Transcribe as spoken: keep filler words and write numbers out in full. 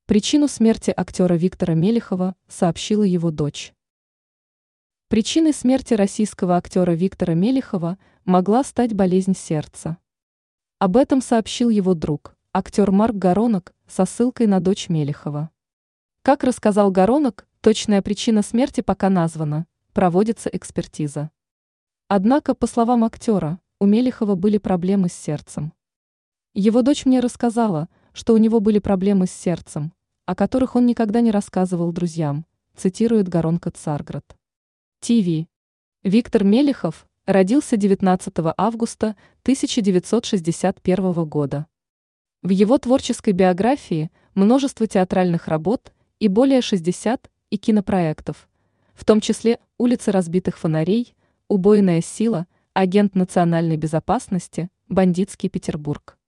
Причину смерти актера Виктора Мелехова сообщила его дочь. Причиной смерти российского актера Виктора Мелехова могла стать болезнь сердца. Об этом сообщил его друг, актер Марк Горонок, со ссылкой на дочь Мелехова. Как рассказал Горонок, точная причина смерти пока названа, проводится экспертиза. Однако, по словам актера, у Мелехова были проблемы с сердцем. Его дочь мне рассказала, что у него были проблемы с сердцем, о которых он никогда не рассказывал друзьям, цитирует Горонка Царград. ТВ. Виктор Мелехов родился девятнадцатого августа тысяча девятьсот шестьдесят первого года. В его творческой биографии множество театральных работ и более шестидесяти и кинопроектов, в том числе «Улицы разбитых фонарей», «Убойная сила», «Агент национальной безопасности», «Бандитский Петербург».